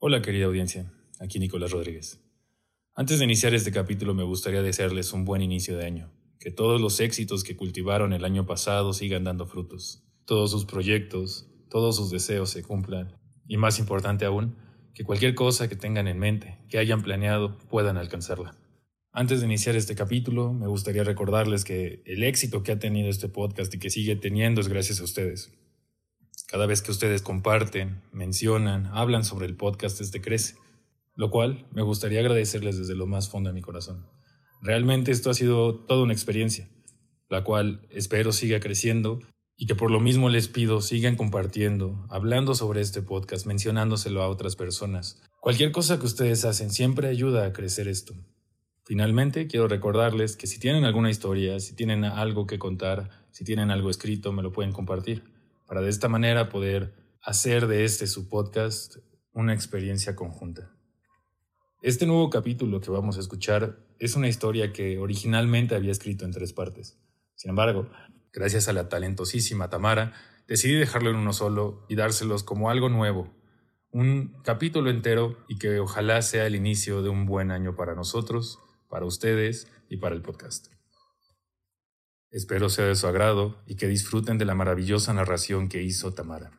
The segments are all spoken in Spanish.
Hola querida audiencia, aquí Nicolás Rodríguez. Antes de iniciar este capítulo me gustaría desearles un buen inicio de año, que todos los éxitos que cultivaron el año pasado sigan dando frutos, todos sus proyectos, todos sus deseos se cumplan y más importante aún, que cualquier cosa que tengan en mente, que hayan planeado, puedan alcanzarla. Antes de iniciar este capítulo, me gustaría recordarles que el éxito que ha tenido este podcast y que sigue teniendo es gracias a ustedes. Cada vez que ustedes comparten, mencionan, hablan sobre el podcast, este crece, lo cual me gustaría agradecerles desde lo más fondo de mi corazón. Realmente esto ha sido toda una experiencia, la cual espero siga creciendo y que por lo mismo les pido sigan compartiendo, hablando sobre este podcast, mencionándoselo a otras personas. Cualquier cosa que ustedes hacen siempre ayuda a crecer esto. Finalmente, quiero recordarles que si tienen alguna historia, si tienen algo que contar, si tienen algo escrito, me lo pueden compartir, para de esta manera poder hacer de este su podcast una experiencia conjunta. Este nuevo capítulo que vamos a escuchar es una historia que originalmente había escrito en 3 partes. Sin embargo, gracias a la talentosísima Tamara, decidí dejarlo en uno solo y dárselos como algo nuevo, un capítulo entero y que ojalá sea el inicio de un buen año para nosotros, para ustedes y para el podcast. Espero sea de su agrado y que disfruten de la maravillosa narración que hizo Tamara.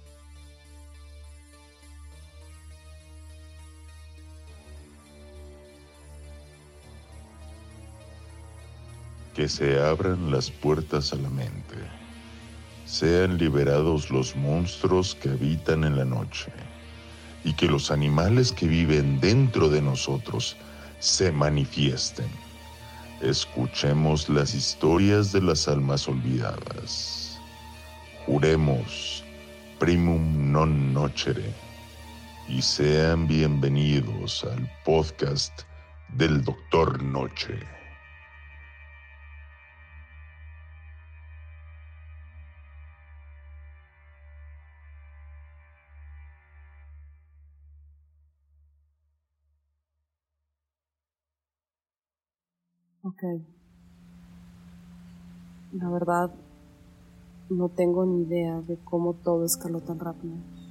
Que se abran las puertas a la mente. Sean liberados los monstruos que habitan en la noche. Y que los animales que viven dentro de nosotros se manifiesten. Escuchemos las historias de las almas olvidadas. Juremos primum non nocere. Y sean bienvenidos al podcast del Doctor Noche. Ok. La verdad, no tengo ni idea de cómo todo escaló tan rápido.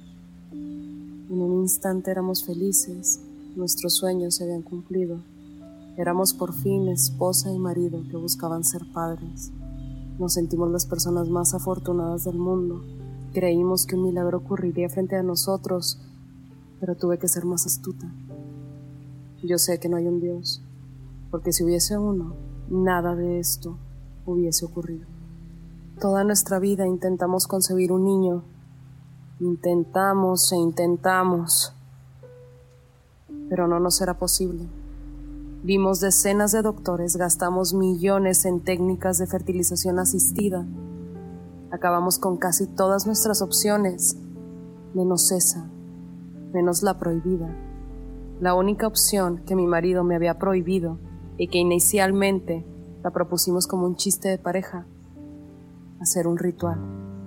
En un instante éramos felices, nuestros sueños se habían cumplido. Éramos por fin esposa y marido que buscaban ser padres. Nos sentimos las personas más afortunadas del mundo. Creímos que un milagro ocurriría frente a nosotros, pero tuve que ser más astuta. Yo sé que no hay un Dios, porque si hubiese uno, nada de esto hubiese ocurrido. Toda nuestra vida intentamos concebir un niño. Intentamos e intentamos, pero no nos era posible. Vimos decenas de doctores, gastamos millones en técnicas de fertilización asistida. Acabamos con casi todas nuestras opciones, menos esa, menos la prohibida. La única opción que mi marido me había prohibido y que inicialmente la propusimos como un chiste de pareja, hacer un ritual.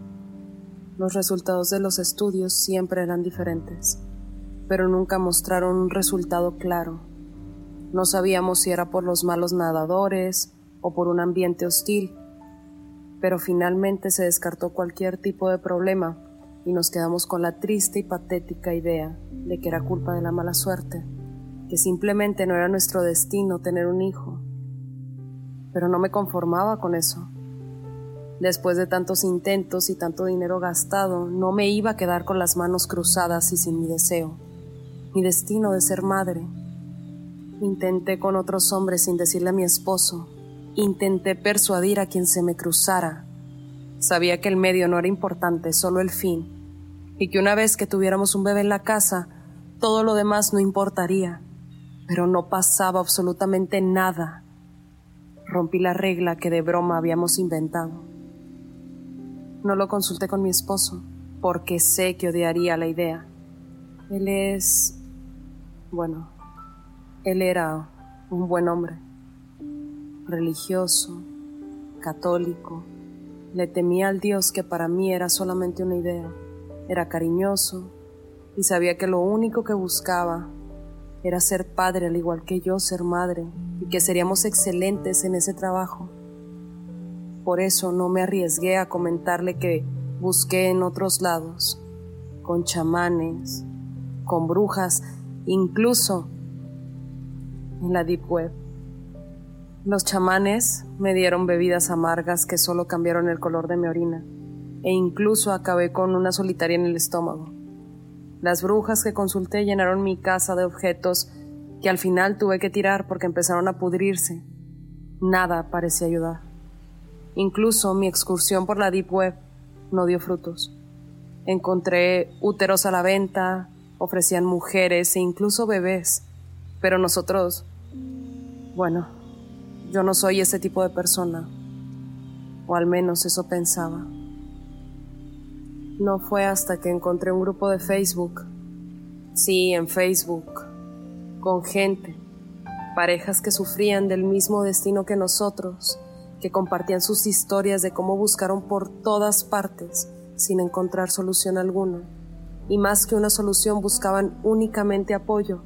Los resultados de los estudios siempre eran diferentes, pero nunca mostraron un resultado claro. No sabíamos si era por los malos nadadores o por un ambiente hostil, pero finalmente se descartó cualquier tipo de problema y nos quedamos con la triste y patética idea de que era culpa de la mala suerte, que simplemente no era nuestro destino tener un hijo. Pero no me conformaba con eso. Después de tantos intentos y tanto dinero gastado, no me iba a quedar con las manos cruzadas y sin mi deseo, mi destino de ser madre. Intenté con otros hombres sin decirle a mi esposo. Intenté persuadir a quien se me cruzara. Sabía que el medio no era importante, solo el fin, y que una vez que tuviéramos un bebé en la casa, todo lo demás no importaría. Pero no pasaba absolutamente nada. Rompí la regla que de broma habíamos inventado. No lo consulté con mi esposo, porque sé que odiaría la idea. Él era un buen hombre, religioso, católico. Le temía al Dios que para mí era solamente una idea. Era cariñoso y sabía que lo único que buscaba era ser padre al igual que yo ser madre y que seríamos excelentes en ese trabajo. Por eso no me arriesgué a comentarle que busqué en otros lados, con chamanes, con brujas, incluso en la Deep Web. Los chamanes me dieron bebidas amargas que solo cambiaron el color de mi orina, e incluso acabé con una solitaria en el estómago. Las brujas que consulté llenaron mi casa de objetos que al final tuve que tirar porque empezaron a pudrirse. Nada parecía ayudar. Incluso mi excursión por la Deep Web no dio frutos. Encontré úteros a la venta, ofrecían mujeres e incluso bebés, pero nosotros, bueno, yo no soy ese tipo de persona, o al menos eso pensaba. No fue hasta que encontré un grupo de Facebook, sí, en Facebook, con gente, parejas que sufrían del mismo destino que nosotros, que compartían sus historias de cómo buscaron por todas partes sin encontrar solución alguna, y más que una solución buscaban únicamente apoyo.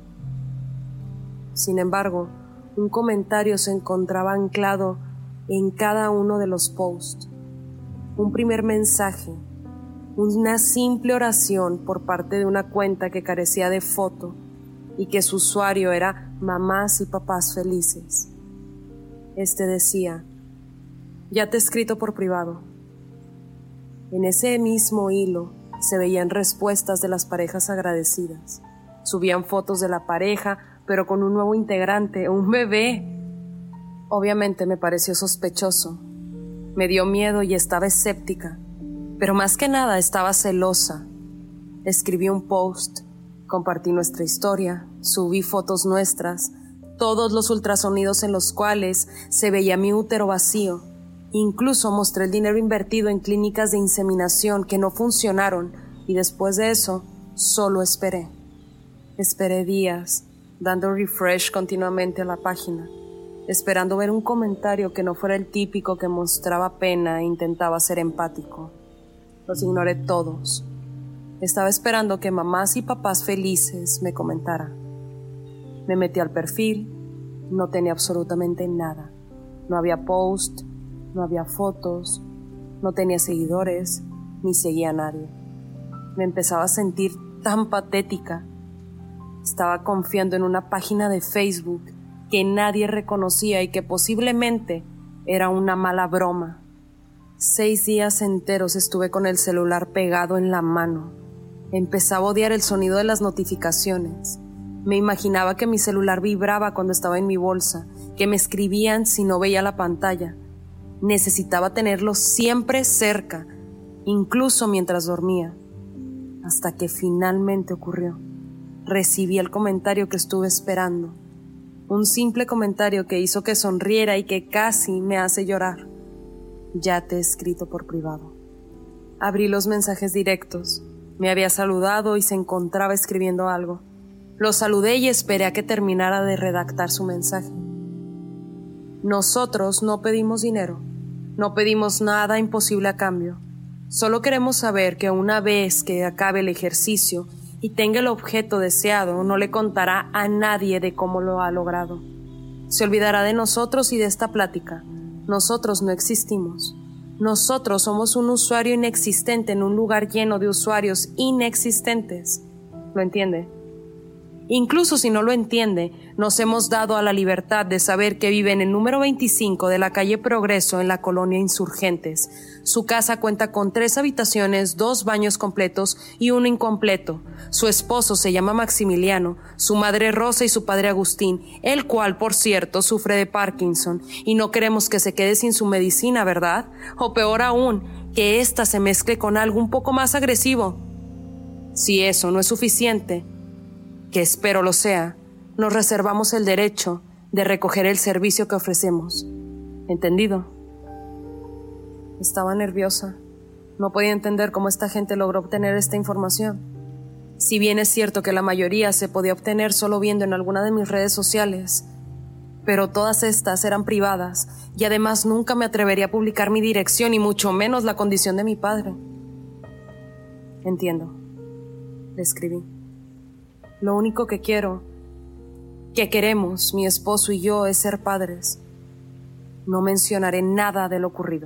Sin embargo, un comentario se encontraba anclado en cada uno de los posts. Un primer mensaje, una simple oración por parte de una cuenta que carecía de foto y que su usuario era mamás y papás felices. Este decía: ya te he escrito por privado. En ese mismo hilo se veían respuestas de las parejas agradecidas. Subían fotos de la pareja, pero con un nuevo integrante, un bebé. Obviamente me pareció sospechoso. Me dio miedo y estaba escéptica, pero más que nada estaba celosa. Escribí un post, compartí nuestra historia, subí fotos nuestras, todos los ultrasonidos en los cuales se veía mi útero vacío. Incluso mostré el dinero invertido en clínicas de inseminación que no funcionaron, y después de eso solo esperé. Esperé días, dando refresh continuamente a la página, esperando ver un comentario que no fuera el típico que mostraba pena e intentaba ser empático. Los ignoré todos. Estaba esperando que mamás y papás felices me comentaran. Me metí al perfil, no tenía absolutamente nada. No había post, no había fotos, no tenía seguidores, ni seguía a nadie. Me empezaba a sentir tan patética. Estaba confiando en una página de Facebook que nadie reconocía y que posiblemente era una mala broma. 6 días enteros estuve con el celular pegado en la mano. Empezaba a odiar el sonido de las notificaciones. Me imaginaba que mi celular vibraba cuando estaba en mi bolsa, que me escribían si no veía la pantalla. Necesitaba tenerlo siempre cerca, incluso mientras dormía. Hasta que finalmente ocurrió. Recibí el comentario que estuve esperando. Un simple comentario que hizo que sonriera y que casi me hace llorar. Ya te he escrito por privado. Abrí los mensajes directos. Me había saludado y se encontraba escribiendo algo. Lo saludé y esperé a que terminara de redactar su mensaje. Nosotros no pedimos dinero. No pedimos nada imposible a cambio. Solo queremos saber que una vez que acabe el ejercicio y tenga el objeto deseado, no le contará a nadie de cómo lo ha logrado. Se olvidará de nosotros y de esta plática. Nosotros no existimos. Nosotros somos un usuario inexistente en un lugar lleno de usuarios inexistentes. ¿Lo entiende? Incluso si no lo entiende, nos hemos dado a la libertad de saber que vive en el número 25 de la calle Progreso en la colonia Insurgentes. Su casa cuenta con 3 habitaciones, 2 baños completos y 1 incompleto. Su esposo se llama Maximiliano, su madre Rosa y su padre Agustín, el cual, por cierto, sufre de Parkinson, y no queremos que se quede sin su medicina, ¿verdad? O peor aún, que ésta se mezcle con algo un poco más agresivo. Si eso no es suficiente, que espero lo sea, nos reservamos el derecho de recoger el servicio que ofrecemos. ¿Entendido? Estaba nerviosa. No podía entender cómo esta gente logró obtener esta información. Si bien es cierto que la mayoría se podía obtener solo viendo en alguna de mis redes sociales, pero todas estas eran privadas y además nunca me atrevería a publicar mi dirección y mucho menos la condición de mi padre. Entiendo, le escribí. Lo único que queremos, mi esposo y yo, es ser padres. No mencionaré nada de lo ocurrido.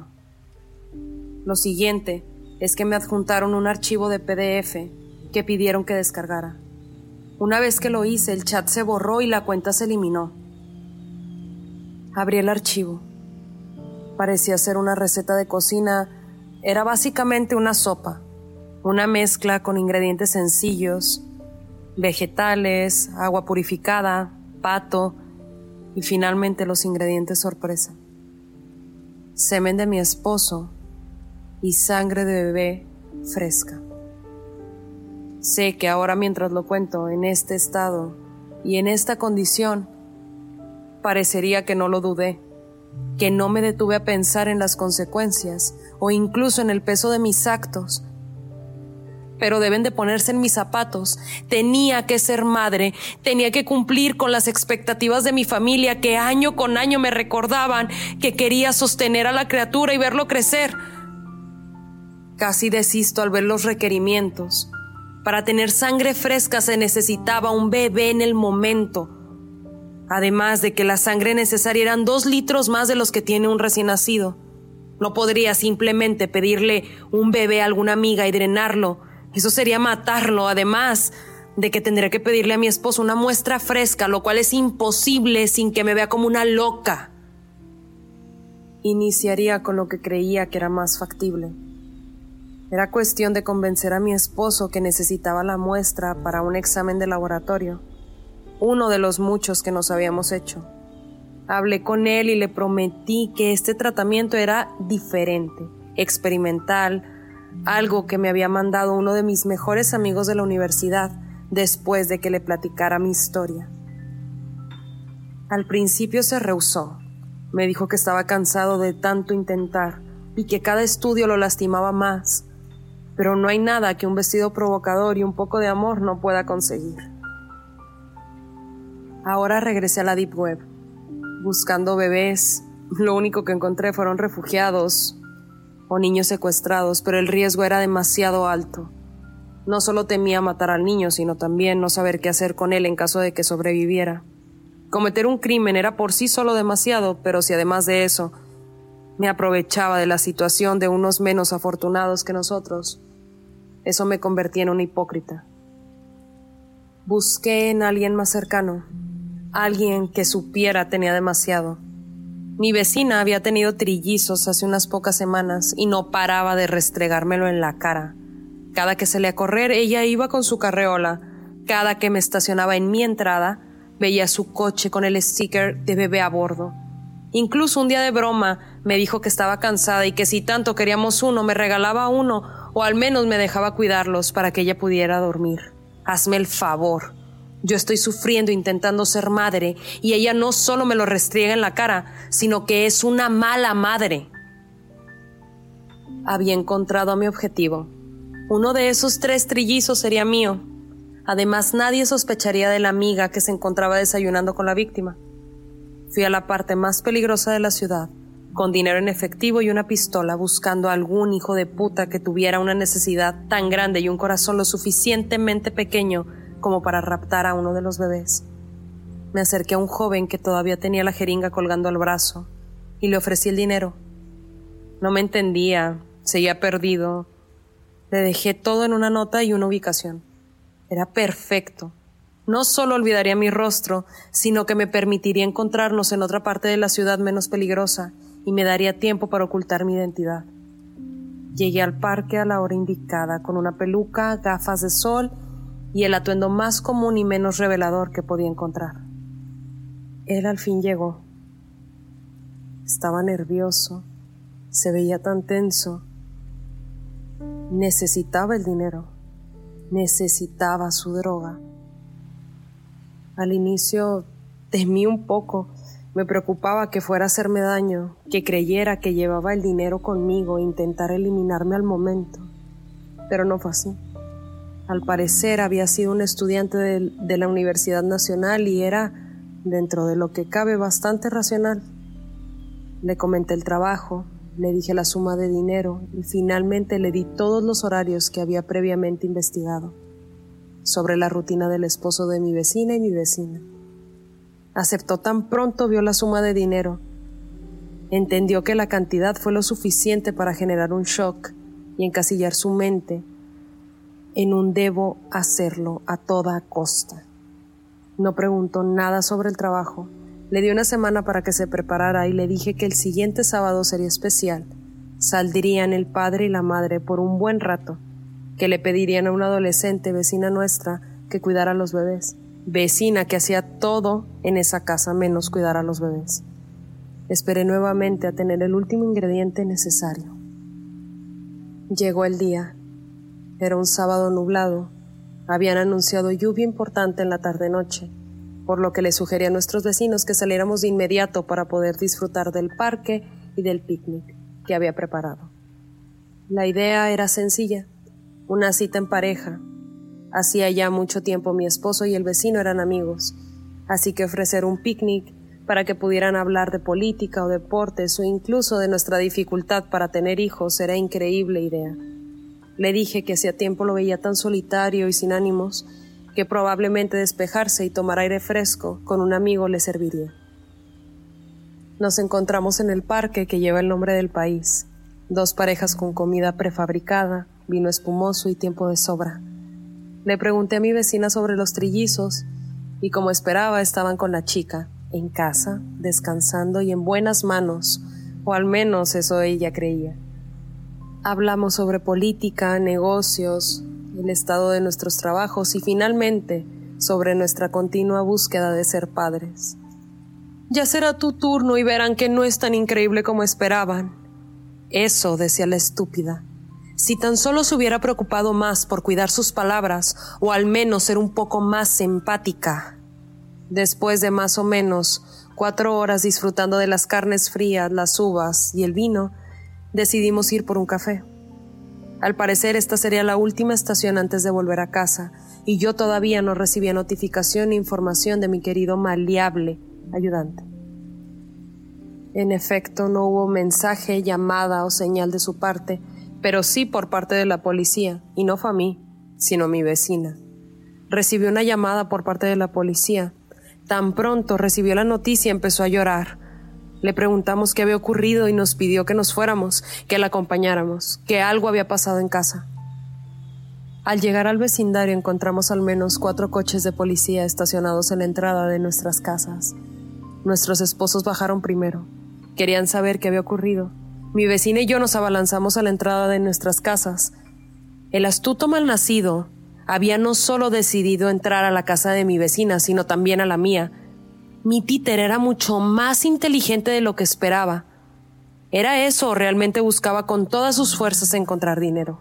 Lo siguiente es que me adjuntaron un archivo de PDF que pidieron que descargara. Una vez que lo hice, el chat se borró y la cuenta se eliminó. Abrí el archivo. Parecía ser una receta de cocina. Era básicamente una sopa, una mezcla con ingredientes sencillos, vegetales, agua purificada, pato y finalmente los ingredientes sorpresa: semen de mi esposo y sangre de bebé fresca. Sé que ahora, mientras lo cuento en este estado y en esta condición, parecería que no lo dudé, que no me detuve a pensar en las consecuencias o incluso en el peso de mis actos. Pero deben de ponerse en mis zapatos. Tenía que ser madre, tenía que cumplir con las expectativas de mi familia que año con año me recordaban que quería sostener a la criatura y verlo crecer. Casi desisto al ver los requerimientos. Para tener sangre fresca se necesitaba un bebé en el momento. Además de que la sangre necesaria eran 2 litros más de los que tiene un recién nacido. No podría simplemente pedirle un bebé a alguna amiga y drenarlo. Eso sería matarlo, además de que tendría que pedirle a mi esposo una muestra fresca, lo cual es imposible sin que me vea como una loca. Iniciaría con lo que creía que era más factible. Era cuestión de convencer a mi esposo que necesitaba la muestra para un examen de laboratorio, uno de los muchos que nos habíamos hecho. Hablé con él y le prometí que este tratamiento era diferente, experimental, algo que me había mandado uno de mis mejores amigos de la universidad después de que le platicara mi historia. Al principio se rehusó. Me dijo que estaba cansado de tanto intentar y que cada estudio lo lastimaba más. Pero no hay nada que un vestido provocador y un poco de amor no pueda conseguir. Ahora regresé a la Deep Web, buscando bebés. Lo único que encontré fueron refugiados o niños secuestrados, pero el riesgo era demasiado alto. No solo temía matar al niño, sino también no saber qué hacer con él en caso de que sobreviviera. Cometer un crimen era por sí solo demasiado, pero si además de eso me aprovechaba de la situación de unos menos afortunados que nosotros, eso me convertía en una hipócrita. Busqué en alguien más cercano, alguien que supiera tenía demasiado. Mi vecina había tenido trillizos hace unas pocas semanas y no paraba de restregármelo en la cara. Cada que salía a correr, ella iba con su carreola. Cada que me estacionaba en mi entrada, veía su coche con el sticker de bebé a bordo. Incluso un día de broma me dijo que estaba cansada y que si tanto queríamos uno, me regalaba uno o al menos me dejaba cuidarlos para que ella pudiera dormir. Hazme el favor. Yo estoy sufriendo intentando ser madre y ella no solo me lo restriega en la cara, sino que es una mala madre. Había encontrado a mi objetivo. Uno de esos 3 trillizos sería mío. Además, nadie sospecharía de la amiga que se encontraba desayunando con la víctima. Fui a la parte más peligrosa de la ciudad, con dinero en efectivo y una pistola, buscando a algún hijo de puta que tuviera una necesidad tan grande y un corazón lo suficientemente pequeño como para raptar a uno de los bebés. Me acerqué a un joven que todavía tenía la jeringa colgando al brazo y le ofrecí el dinero. No me entendía, seguía perdido. Le dejé todo en una nota y una ubicación. Era perfecto. No solo olvidaría mi rostro, sino que me permitiría encontrarnos en otra parte de la ciudad menos peligrosa y me daría tiempo para ocultar mi identidad. Llegué al parque a la hora indicada, con una peluca, gafas de sol y el atuendo más común y menos revelador que podía encontrar. Él al fin llegó. Estaba nervioso, se veía tan tenso. Necesitaba el dinero, necesitaba su droga. Al inicio temí un poco, me preocupaba que fuera a hacerme daño, que creyera que llevaba el dinero conmigo e intentara eliminarme al momento. Pero no fue así. Al parecer había sido un estudiante de la Universidad Nacional y era, dentro de lo que cabe, bastante racional. Le comenté el trabajo, le dije la suma de dinero y finalmente le di todos los horarios que había previamente investigado sobre la rutina del esposo de mi vecina y mi vecina. Aceptó tan pronto vio la suma de dinero. Entendió que la cantidad fue lo suficiente para generar un shock y encasillar su mente en un debo hacerlo a toda costa. No preguntó nada sobre el trabajo. Le di una semana para que se preparara y le dije que el siguiente sábado sería especial. Saldrían el padre y la madre por un buen rato, que le pedirían a una adolescente vecina nuestra que cuidara a los bebés. Vecina que hacía todo en esa casa menos cuidar a los bebés. Esperé nuevamente a tener el último ingrediente necesario. Llegó el día. Era un sábado nublado. Habían anunciado lluvia importante en la tarde-noche, por lo que le sugerí a nuestros vecinos que saliéramos de inmediato para poder disfrutar del parque y del picnic que había preparado. La idea era sencilla, una cita en pareja. Hacía ya mucho tiempo mi esposo y el vecino eran amigos, así que ofrecer un picnic para que pudieran hablar de política o deportes o incluso de nuestra dificultad para tener hijos era increíble idea. Le dije que hacía tiempo lo veía tan solitario y sin ánimos que probablemente despejarse y tomar aire fresco con un amigo le serviría. Nos encontramos en el parque que lleva el nombre del país, 2 parejas con comida prefabricada, vino espumoso y tiempo de sobra. Le pregunté a mi vecina sobre los trillizos y como esperaba estaban con la chica, en casa, descansando y en buenas manos, o al menos eso ella creía. Hablamos sobre política, negocios, el estado de nuestros trabajos y finalmente sobre nuestra continua búsqueda de ser padres. Ya será tu turno y verán que no es tan increíble como esperaban. Eso, decía la estúpida. Si tan solo se hubiera preocupado más por cuidar sus palabras o al menos ser un poco más empática. Después de más o menos 4 horas disfrutando de las carnes frías, las uvas y el vino, decidimos ir por un café. Al parecer esta sería la última estación antes de volver a casa, y yo todavía no recibía notificación ni información de mi querido maleable ayudante. En efecto, no hubo mensaje, llamada o señal de su parte, pero sí por parte de la policía, y no fue a mí, sino a mi vecina. Recibió una llamada por parte de la policía. Tan pronto recibió la noticia empezó a llorar. Le preguntamos qué había ocurrido y nos pidió que nos fuéramos, que la acompañáramos, que algo había pasado en casa. Al llegar al vecindario encontramos al menos 4 coches de policía estacionados en la entrada de nuestras casas. Nuestros esposos bajaron primero. Querían saber qué había ocurrido. Mi vecina y yo nos abalanzamos a la entrada de nuestras casas. El astuto malnacido había no solo decidido entrar a la casa de mi vecina, sino también a la mía. Mi Peter era mucho más inteligente de lo que esperaba. ¿Era eso o realmente buscaba con todas sus fuerzas encontrar dinero?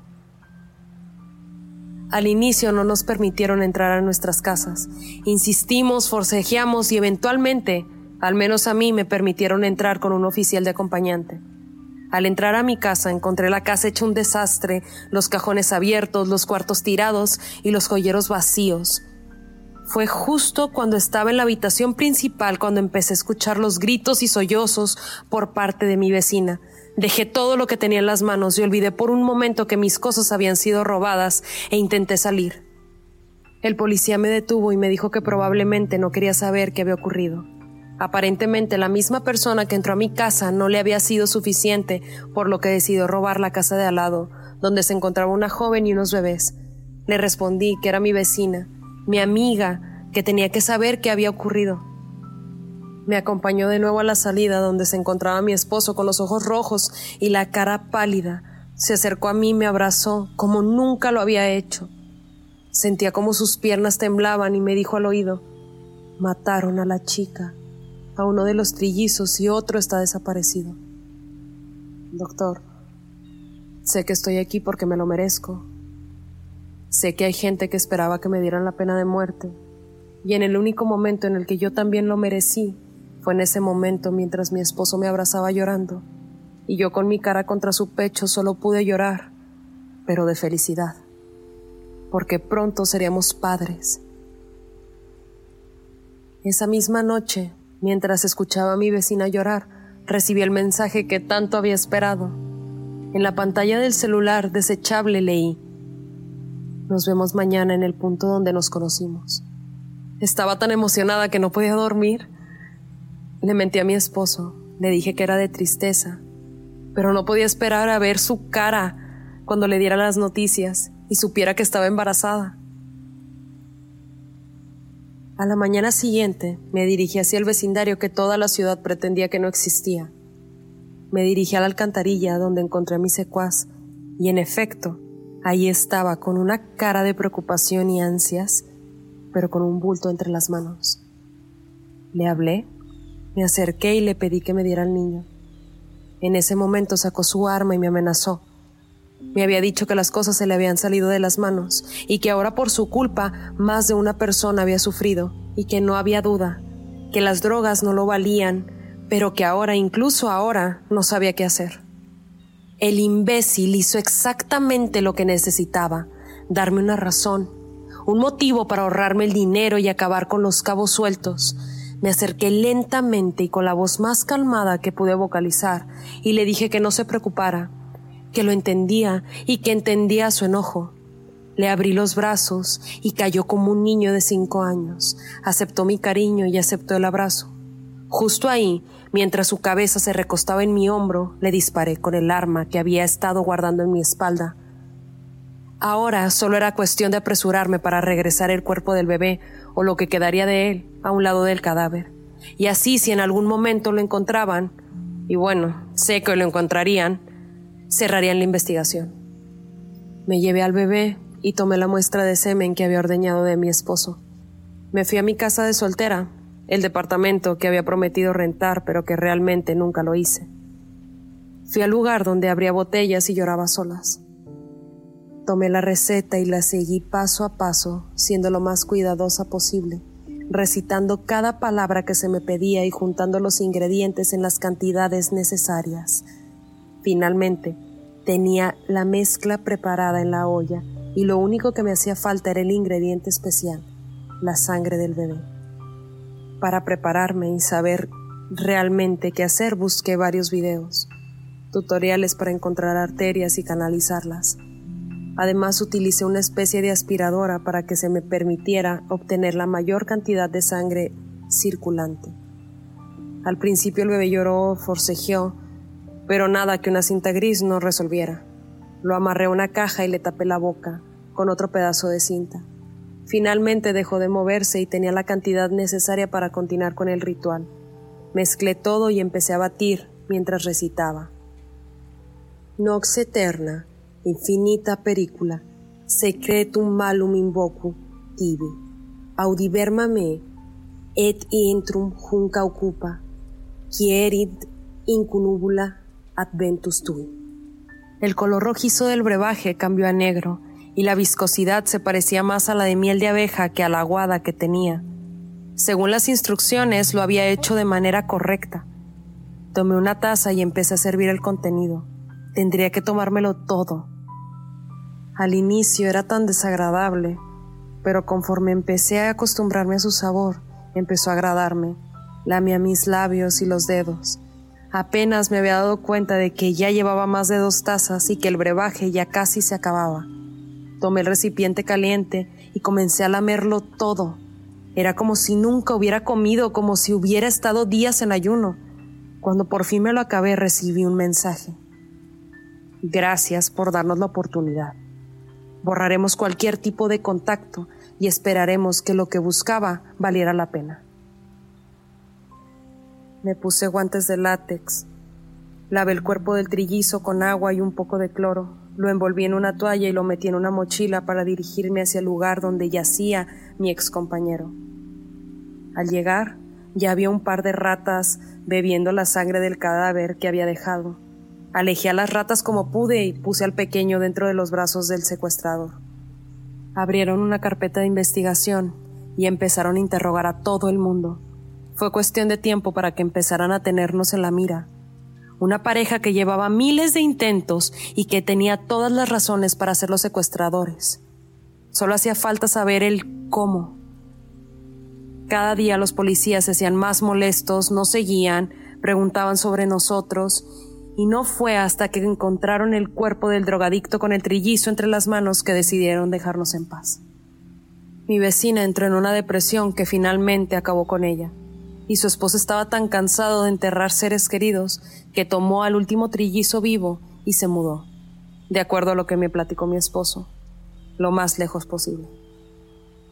Al inicio no nos permitieron entrar a nuestras casas. Insistimos, forcejeamos y eventualmente, al menos a mí, me permitieron entrar con un oficial de acompañante. Al entrar a mi casa encontré la casa hecha un desastre, los cajones abiertos, los cuartos tirados y los joyeros vacíos. Fue justo cuando estaba en la habitación principal cuando empecé a escuchar los gritos y sollozos por parte de mi vecina. Dejé todo lo que tenía en las manos y olvidé por un momento que mis cosas habían sido robadas e intenté salir. El policía me detuvo y me dijo que probablemente no quería saber qué había ocurrido. Aparentemente la misma persona que entró a mi casa no le había sido suficiente, por lo que decidió robar la casa de al lado, donde se encontraba una joven y unos bebés. Le respondí que era mi vecina, mi amiga, que tenía que saber qué había ocurrido. Me acompañó de nuevo a la salida donde se encontraba mi esposo con los ojos rojos y la cara pálida. Se acercó a mí y me abrazó como nunca lo había hecho. Sentía como sus piernas temblaban y me dijo al oído: mataron a la chica, a uno de los trillizos y otro está desaparecido. Doctor, sé que estoy aquí porque me lo merezco. Sé que hay gente que esperaba que me dieran la pena de muerte, y en el único momento en el que yo también lo merecí fue en ese momento mientras mi esposo me abrazaba llorando, y yo con mi cara contra su pecho solo pude llorar, pero de felicidad, porque pronto seríamos padres. Esa misma noche, mientras escuchaba a mi vecina llorar, recibí el mensaje que tanto había esperado. En la pantalla del celular desechable leí: nos vemos mañana en el punto donde nos conocimos. Estaba tan emocionada que no podía dormir. Le mentí a mi esposo, le dije que era de tristeza, pero no podía esperar a ver su cara cuando le diera las noticias y supiera que estaba embarazada. A la mañana siguiente me dirigí hacia el vecindario que toda la ciudad pretendía que no existía. Me dirigí a la alcantarilla donde encontré a mi secuaz y en efecto, ahí estaba con una cara de preocupación y ansias, pero con un bulto entre las manos. Le hablé, me acerqué y le pedí que me diera al niño. En ese momento sacó su arma y me amenazó. Me había dicho que las cosas se le habían salido de las manos y que ahora por su culpa más de una persona había sufrido y que no había duda, que las drogas no lo valían, pero que ahora, incluso ahora, no sabía qué hacer. El imbécil hizo exactamente lo que necesitaba, darme una razón, un motivo para ahorrarme el dinero y acabar con los cabos sueltos. Me acerqué lentamente y con la voz más calmada que pude vocalizar y le dije que no se preocupara, que lo entendía y que entendía su enojo. Le abrí los brazos y cayó como un niño de 5 años. Aceptó mi cariño y aceptó el abrazo. Justo ahí, mientras su cabeza se recostaba en mi hombro, le disparé con el arma que había estado guardando en mi espalda. Ahora solo era cuestión de apresurarme para regresar el cuerpo del bebé o lo que quedaría de él a un lado del cadáver. Y así, si en algún momento lo encontraban, y bueno, sé que lo encontrarían, cerrarían la investigación. Me llevé al bebé y tomé la muestra de semen que había ordeñado de mi esposo. Me fui a mi casa de soltera, el departamento que había prometido rentar pero que realmente nunca lo hice. Fui al lugar donde abría botellas y lloraba a solas. Tomé la receta y la seguí paso a paso, siendo lo más cuidadosa posible, recitando cada palabra que se me pedía y juntando los ingredientes en las cantidades necesarias. Finalmente, tenía la mezcla preparada en la olla y lo único que me hacía falta era el ingrediente especial, la sangre del bebé. Para prepararme y saber realmente qué hacer, busqué varios videos, tutoriales para encontrar arterias y canalizarlas. Además, utilicé una especie de aspiradora para que se me permitiera obtener la mayor cantidad de sangre circulante. Al principio el bebé lloró, forcejeó, pero nada que una cinta gris no resolviera. Lo amarré a una caja y le tapé la boca con otro pedazo de cinta. Finalmente dejó de moverse y tenía la cantidad necesaria para continuar con el ritual. Mezclé todo y empecé a batir mientras recitaba. Nox eterna, infinita pericula, secretum malum invocu, tibi, audiverma me, et intrum junca occupa, quierid incunubula adventus tui. El color rojizo del brebaje cambió a negro, y la viscosidad se parecía más a la de miel de abeja que a la aguada que tenía. Según las instrucciones, lo había hecho de manera correcta. Tomé una taza y empecé a servir el contenido. Tendría que tomármelo todo. Al inicio era tan desagradable, pero conforme empecé a acostumbrarme a su sabor, empezó a agradarme. Lamía mis labios y los dedos. Apenas me había dado cuenta de que ya llevaba más de 2 tazas y que el brebaje ya casi se acababa. Tomé el recipiente caliente y comencé a lamerlo todo. Era como si nunca hubiera comido, como si hubiera estado días en ayuno. Cuando por fin me lo acabé, recibí un mensaje. Gracias por darnos la oportunidad. Borraremos cualquier tipo de contacto y esperaremos que lo que buscaba valiera la pena. Me puse guantes de látex. Lavé el cuerpo del trillizo con agua y un poco de cloro. Lo envolví en una toalla y lo metí en una mochila para dirigirme hacia el lugar donde yacía mi excompañero. Al llegar, ya había un par de ratas bebiendo la sangre del cadáver que había dejado. Alejé a las ratas como pude y puse al pequeño dentro de los brazos del secuestrador. Abrieron una carpeta de investigación y empezaron a interrogar a todo el mundo. Fue cuestión de tiempo para que empezaran a tenernos en la mira. Una pareja que llevaba miles de intentos y que tenía todas las razones para ser los secuestradores. Solo hacía falta saber el cómo. Cada día los policías se hacían más molestos, nos seguían, preguntaban sobre nosotros, y no fue hasta que encontraron el cuerpo del drogadicto con el trillizo entre las manos que decidieron dejarnos en paz. Mi vecina entró en una depresión que finalmente acabó con ella, y su esposo estaba tan cansado de enterrar seres queridos que tomó al último trillizo vivo y se mudó, de acuerdo a lo que me platicó mi esposo, lo más lejos posible.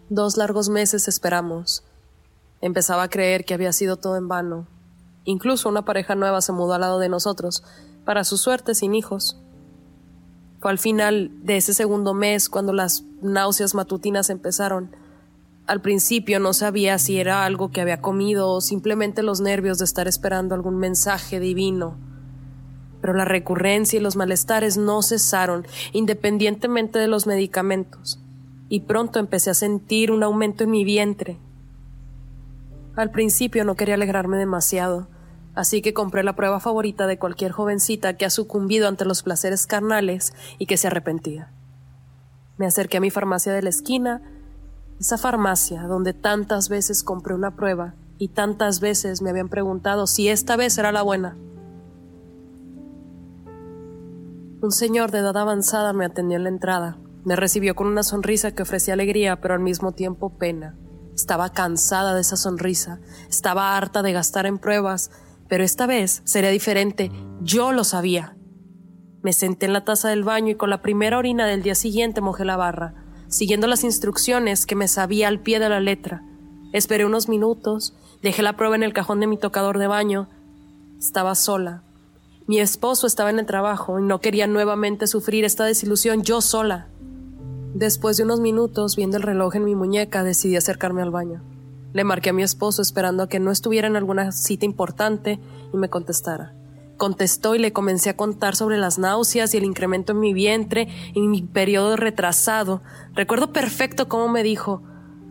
2 largos meses esperamos. Empezaba a creer que había sido todo en vano. Incluso una pareja nueva se mudó al lado de nosotros, para su suerte sin hijos. Fue al final de ese segundo mes cuando las náuseas matutinas empezaron. Al principio no sabía si era algo que había comido o simplemente los nervios de estar esperando algún mensaje divino. Pero la recurrencia y los malestares no cesaron, independientemente de los medicamentos, y pronto empecé a sentir un aumento en mi vientre. Al principio no quería alegrarme demasiado, así que compré la prueba favorita de cualquier jovencita que ha sucumbido ante los placeres carnales y que se arrepentía. Me acerqué a mi farmacia de la esquina, esa farmacia donde tantas veces compré una prueba y tantas veces me habían preguntado si esta vez era la buena. Un señor de edad avanzada me atendió en la entrada. Me recibió con una sonrisa que ofrecía alegría, pero al mismo tiempo pena. Estaba cansada de esa sonrisa. Estaba harta de gastar en pruebas, pero esta vez sería diferente. Yo lo sabía. Me senté en la taza del baño y con la primera orina del día siguiente mojé la barra, siguiendo las instrucciones que me sabía al pie de la letra. Esperé unos minutos, dejé la prueba en el cajón de mi tocador de baño. Estaba sola. Mi esposo estaba en el trabajo y no quería nuevamente sufrir esta desilusión yo sola. Después de unos minutos, viendo el reloj en mi muñeca, decidí acercarme al baño. Le marqué a mi esposo esperando a que no estuviera en alguna cita importante y me contestara. Contestó y le comencé a contar sobre las náuseas y el incremento en mi vientre y mi periodo retrasado. Recuerdo perfecto cómo me dijo: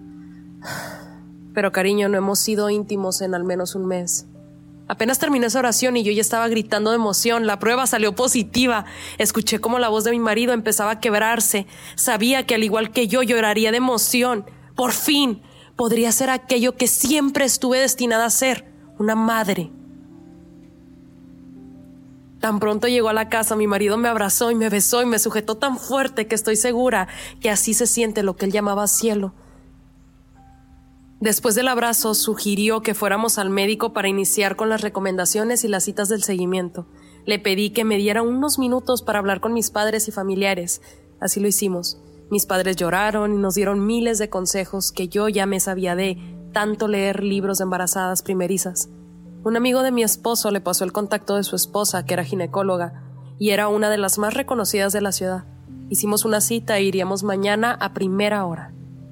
pero cariño, no hemos sido íntimos en al menos un mes. Apenas terminó esa oración y yo ya estaba gritando de emoción. La prueba salió positiva. Escuché cómo la voz de mi marido empezaba a quebrarse. Sabía que al igual que yo lloraría de emoción. Por fin podría ser aquello que siempre estuve destinada a ser, una madre. Tan pronto llegó a la casa, mi marido me abrazó y me besó y me sujetó tan fuerte que estoy segura que así se siente lo que él llamaba cielo. Después del abrazo, sugirió que fuéramos al médico para iniciar con las recomendaciones y las citas del seguimiento. Le pedí que me diera unos minutos para hablar con mis padres y familiares. Así lo hicimos. Mis padres lloraron y nos dieron miles de consejos que yo ya me sabía de tanto leer libros de embarazadas primerizas. Un amigo de mi esposo le pasó el contacto de su esposa, que era ginecóloga, y era una de las más reconocidas de la ciudad. Hicimos una cita e iríamos mañana a primera hora.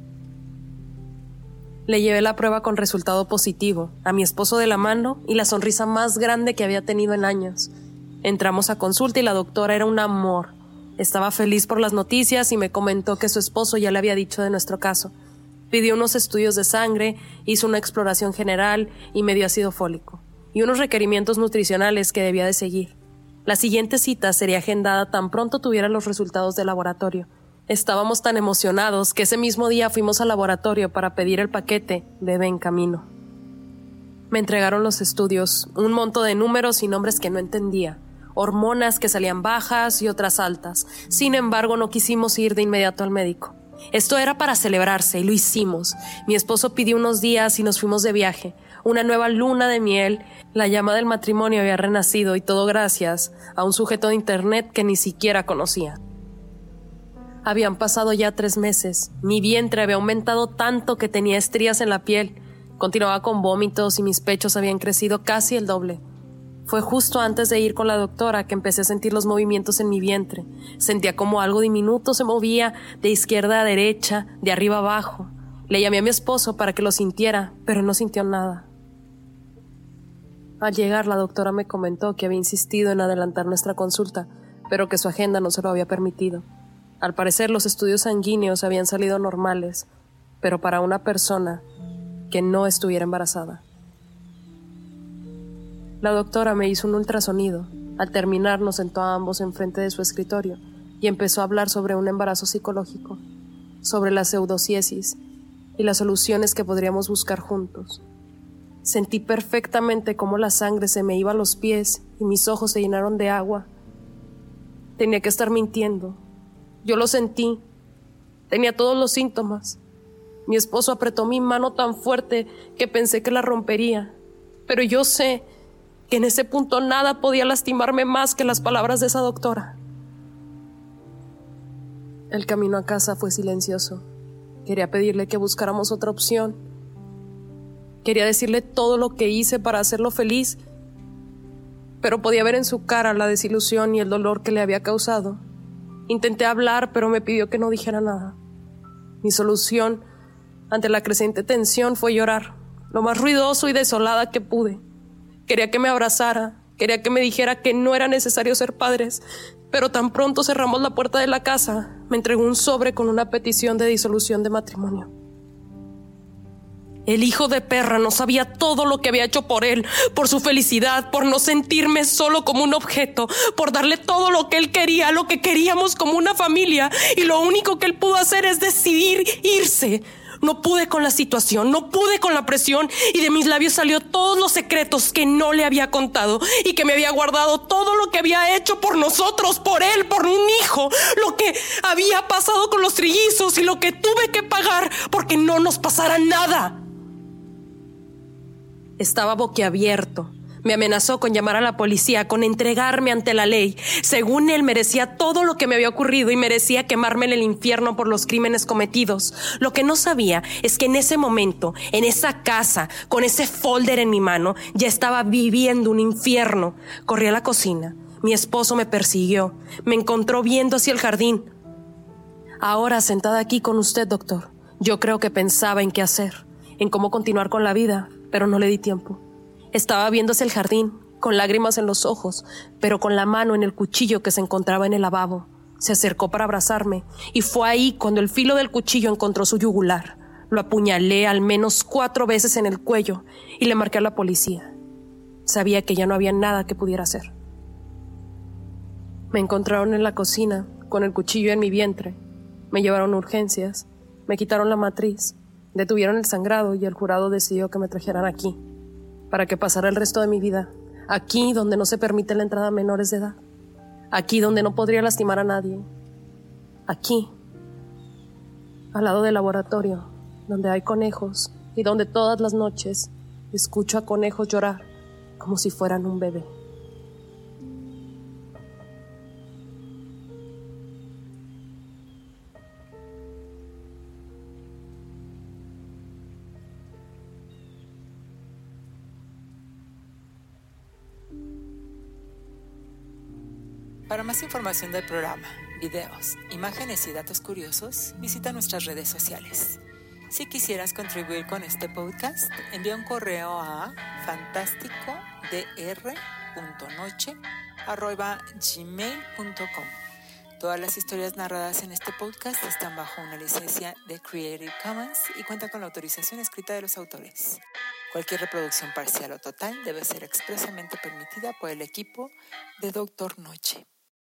Le llevé la prueba con resultado positivo, a mi esposo de la mano y la sonrisa más grande que había tenido en años. Entramos a consulta y la doctora era un amor. Estaba feliz por las noticias y me comentó que su esposo ya le había dicho de nuestro caso. Pidió unos estudios de sangre, hizo una exploración general y me dio ácido fólico y unos requerimientos nutricionales que debía de seguir. La siguiente cita sería agendada tan pronto tuviera los resultados del laboratorio. Estábamos tan emocionados que ese mismo día fuimos al laboratorio para pedir el paquete Bebé en Camino. Me entregaron los estudios, un monto de números y nombres que no entendía, hormonas que salían bajas y otras altas. Sin embargo, no quisimos ir de inmediato al médico. Esto era para celebrarse y lo hicimos. Mi esposo pidió unos días y nos fuimos de viaje. Una nueva luna de miel, la llama del matrimonio había renacido y todo gracias a un sujeto de internet que ni siquiera conocía. Habían pasado ya 3 meses. Mi vientre había aumentado tanto que tenía estrías en la piel. Continuaba con vómitos y mis pechos habían crecido casi el doble. Fue justo antes de ir con la doctora que empecé a sentir los movimientos en mi vientre. Sentía como algo diminuto se movía de izquierda a derecha, de arriba a abajo. Le llamé a mi esposo para que lo sintiera, pero no sintió nada. Al llegar, la doctora me comentó que había insistido en adelantar nuestra consulta, pero que su agenda no se lo había permitido. Al parecer, los estudios sanguíneos habían salido normales, pero para una persona que no estuviera embarazada. La doctora me hizo un ultrasonido. Al terminar, nos sentó a ambos enfrente de su escritorio y empezó a hablar sobre un embarazo psicológico, sobre la pseudociesis y las soluciones que podríamos buscar juntos. Sentí perfectamente cómo la sangre se me iba a los pies y mis ojos se llenaron de agua. Tenía que estar mintiendo. Yo lo sentí. Tenía todos los síntomas. Mi esposo apretó mi mano tan fuerte que pensé que la rompería. Pero yo sé que en ese punto nada podía lastimarme más que las palabras de esa doctora. El camino a casa fue silencioso. Quería pedirle que buscáramos otra opción. Quería decirle todo lo que hice para hacerlo feliz, pero podía ver en su cara la desilusión y el dolor que le había causado. Intenté hablar, pero me pidió que no dijera nada. Mi solución ante la creciente tensión fue llorar, lo más ruidoso y desolada que pude. Quería que me abrazara, quería que me dijera que no era necesario ser padres, pero tan pronto cerramos la puerta de la casa, me entregó un sobre con una petición de disolución de matrimonio. El hijo de perra no sabía todo lo que había hecho por él, por su felicidad, por no sentirme solo como un objeto, por darle todo lo que él quería, lo que queríamos como una familia, y lo único que él pudo hacer es decidir irse. No pude con la situación, no pude con la presión, y de mis labios salió todos los secretos que no le había contado y que me había guardado, todo lo que había hecho por nosotros, por él, por un hijo, lo que había pasado con los trillizos y lo que tuve que pagar porque no nos pasara nada. Estaba boquiabierto. Me amenazó con llamar a la policía, con entregarme ante la ley. Según él, merecía todo lo que me había ocurrido y merecía quemarme en el infierno por los crímenes cometidos. Lo que no sabía es que en ese momento, en esa casa, con ese folder en mi mano, ya estaba viviendo un infierno. Corrí a la cocina. Mi esposo me persiguió. Me encontró viendo hacia el jardín. Ahora, sentada aquí con usted, doctor, yo creo que pensaba en qué hacer, en cómo continuar con la vida, pero no le di tiempo. Estaba viendo hacia el jardín, con lágrimas en los ojos, pero con la mano en el cuchillo que se encontraba en el lavabo. Se acercó para abrazarme, y fue ahí cuando el filo del cuchillo encontró su yugular. Lo apuñalé al menos 4 veces en el cuello y le marqué a la policía. Sabía que ya no había nada que pudiera hacer. Me encontraron en la cocina, con el cuchillo en mi vientre. Me llevaron a urgencias, me quitaron la matriz, detuvieron el sangrado y el jurado decidió que me trajeran aquí, para que pasara el resto de mi vida, aquí donde no se permite la entrada a menores de edad, aquí donde no podría lastimar a nadie, aquí, al lado del laboratorio, donde hay conejos y donde todas las noches escucho a conejos llorar como si fueran un bebé. Para más información del programa, videos, imágenes y datos curiosos, visita nuestras redes sociales. Si quisieras contribuir con este podcast, envía un correo a fantasticodr.noche@gmail.com. Todas las historias narradas en este podcast están bajo una licencia de Creative Commons y cuentan con la autorización escrita de los autores. Cualquier reproducción parcial o total debe ser expresamente permitida por el equipo de Doctor Noche.